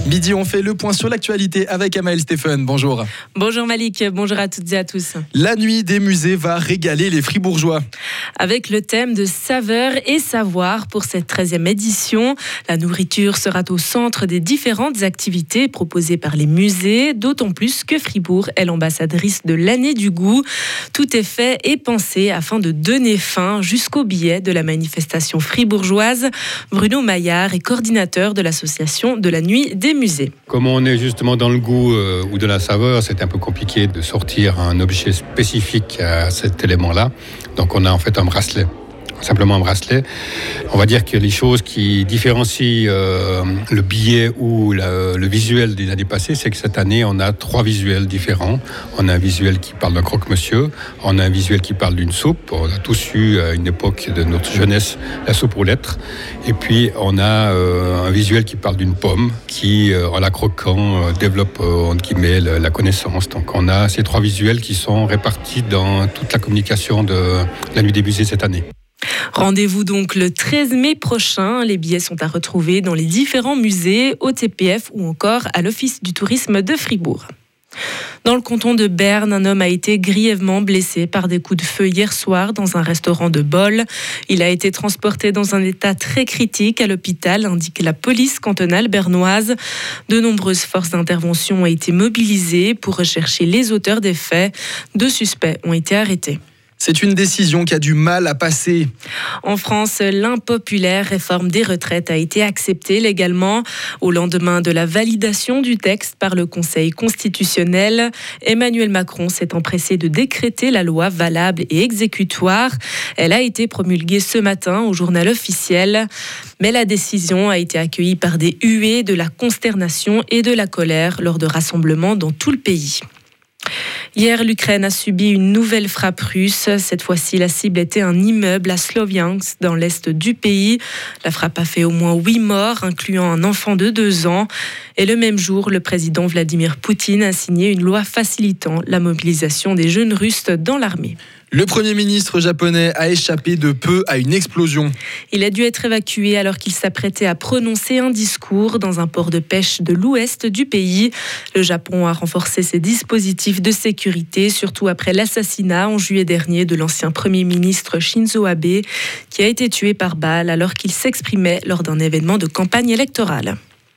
Midi, on fait le point sur l'actualité avec Amaël Stéphane. Bonjour. Bonjour Malik, bonjour à toutes et à tous. La nuit des musées va régaler les Fribourgeois. Avec le thème de saveur et savoir pour cette 13e édition, la nourriture sera au centre des différentes activités proposées par les musées, d'autant plus que Fribourg est l'ambassadrice de l'année du goût. Tout est fait et pensé afin de donner fin jusqu'au billet de la manifestation fribourgeoise. Bruno Maillard est coordinateur de l'association de la nuit des musées. Comme on est justement dans le goût ou de la saveur, c'est un peu compliqué de sortir un objet spécifique à cet élément-là. Donc on a en fait un bracelet. Simplement un bracelet. On va dire que les choses qui différencient le billet ou le visuel des années passées, c'est que cette année, on a 3 visuels différents. On a un visuel qui parle d'un croque-monsieur, on a un visuel qui parle d'une soupe. On a tous eu à une époque de notre jeunesse la soupe aux lettres. Et puis, on a un visuel qui parle d'une pomme qui, en la croquant, développe entre guillemets la connaissance. Donc, on a ces 3 visuels qui sont répartis dans toute la communication de la nuit des musées cette année. Rendez-vous donc le 13 mai prochain. Les billets sont à retrouver dans les différents musées, au TPF ou encore à l'Office du tourisme de Fribourg. Dans le canton de Berne, un homme a été grièvement blessé par des coups de feu hier soir dans un restaurant de Boll. Il a été transporté dans un état très critique à l'hôpital, indique la police cantonale bernoise. De nombreuses forces d'intervention ont été mobilisées pour rechercher les auteurs des faits. 2 suspects ont été arrêtés. C'est une décision qui a du mal à passer. En France, l'impopulaire réforme des retraites a été acceptée légalement. Au lendemain de la validation du texte par le Conseil constitutionnel, Emmanuel Macron s'est empressé de décréter la loi valable et exécutoire. Elle a été promulguée ce matin au journal officiel. Mais la décision a été accueillie par des huées, de la consternation et de la colère lors de rassemblements dans tout le pays. Hier, l'Ukraine a subi une nouvelle frappe russe. Cette fois-ci, la cible était un immeuble à Sloviansk, dans l'est du pays. La frappe a fait au moins 8 morts, incluant un enfant de 2 ans. Et le même jour, le président Vladimir Poutine a signé une loi facilitant la mobilisation des jeunes Russes dans l'armée. Le Premier ministre japonais a échappé de peu à une explosion. Il a dû être évacué alors qu'il s'apprêtait à prononcer un discours dans un port de pêche de l'ouest du pays. Le Japon a renforcé ses dispositifs de sécurité, surtout après l'assassinat en juillet dernier de l'ancien Premier ministre Shinzo Abe, qui a été tué par balle alors qu'il s'exprimait lors d'un événement de campagne électorale.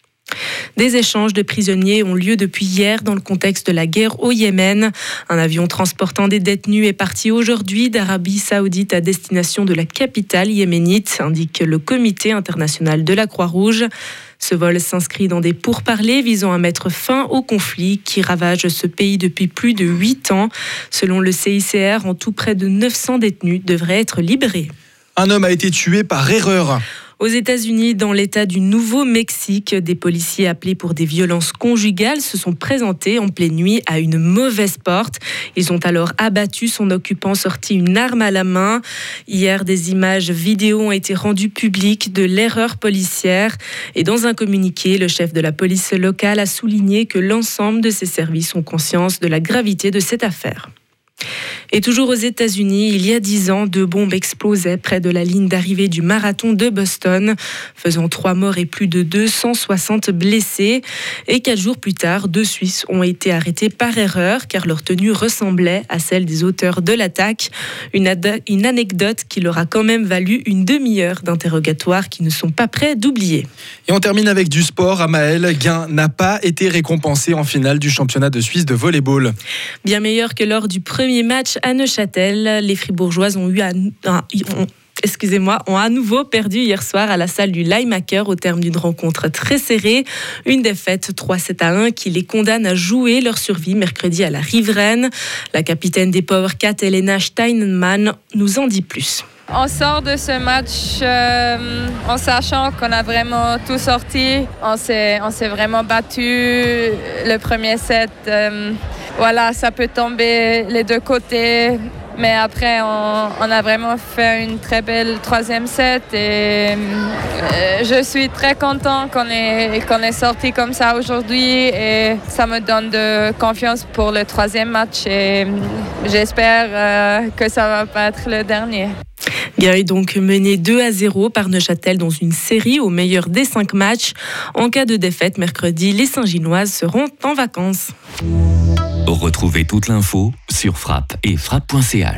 Des échanges de prisonniers ont lieu depuis hier dans le contexte de la guerre au Yémen. Un avion transportant des détenus est parti aujourd'hui d'Arabie Saoudite à destination de la capitale yéménite, indique le Comité international de la Croix-Rouge. Ce vol s'inscrit dans des pourparlers visant à mettre fin au conflit qui ravage ce pays depuis plus de 8 ans. Selon le CICR, en tout près de 900 détenus devraient être libérés. Un homme a été tué par erreur. Aux États-Unis, dans l'État du Nouveau-Mexique, des policiers appelés pour des violences conjugales se sont présentés en pleine nuit à une mauvaise porte. Ils ont alors abattu son occupant sorti une arme à la main. Hier, des images vidéo ont été rendues publiques de l'erreur policière. Et dans un communiqué, le chef de la police locale a souligné que l'ensemble de ses services ont conscience de la gravité de cette affaire. Et toujours aux États-Unis, il y a 10 ans, 2 bombes explosaient près de la ligne d'arrivée du marathon de Boston, faisant 3 morts et plus de 260 blessés. Et 4 jours plus tard, 2 Suisses ont été arrêtés par erreur car leur tenue ressemblait à celle des auteurs de l'attaque. Une anecdote qui leur a quand même valu une demi-heure d'interrogatoire qu'ils ne sont pas prêts d'oublier. Et on termine avec du sport. Amaël, Guin n'a pas été récompensé en finale du championnat de Suisse de volleyball. Bien meilleur que lors du premier match à Neuchâtel, les Fribourgeoises ont à nouveau perdu hier soir à la salle du Leimacher au terme d'une rencontre très serrée. Une défaite 3-7-1 qui les condamne à jouer leur survie mercredi à la Riveraine. La capitaine des Powercats, Elena Steinmann, nous en dit plus. On sort de ce match en sachant qu'on a vraiment tout sorti. On s'est vraiment battu le premier set. Voilà, ça peut tomber les 2 côtés. Mais après, on a vraiment fait une très belle 3e set. Et je suis très content qu'on est sorti comme ça aujourd'hui. Et ça me donne de confiance pour le 3e match. Et j'espère que ça ne va pas être le dernier. est donc mené 2-0 par Neuchâtel dans une série au meilleur des 5 matchs. En cas de défaite mercredi, les Saint-Ginoises seront en vacances. Retrouvez toute l'info sur frappe et frappe.ch.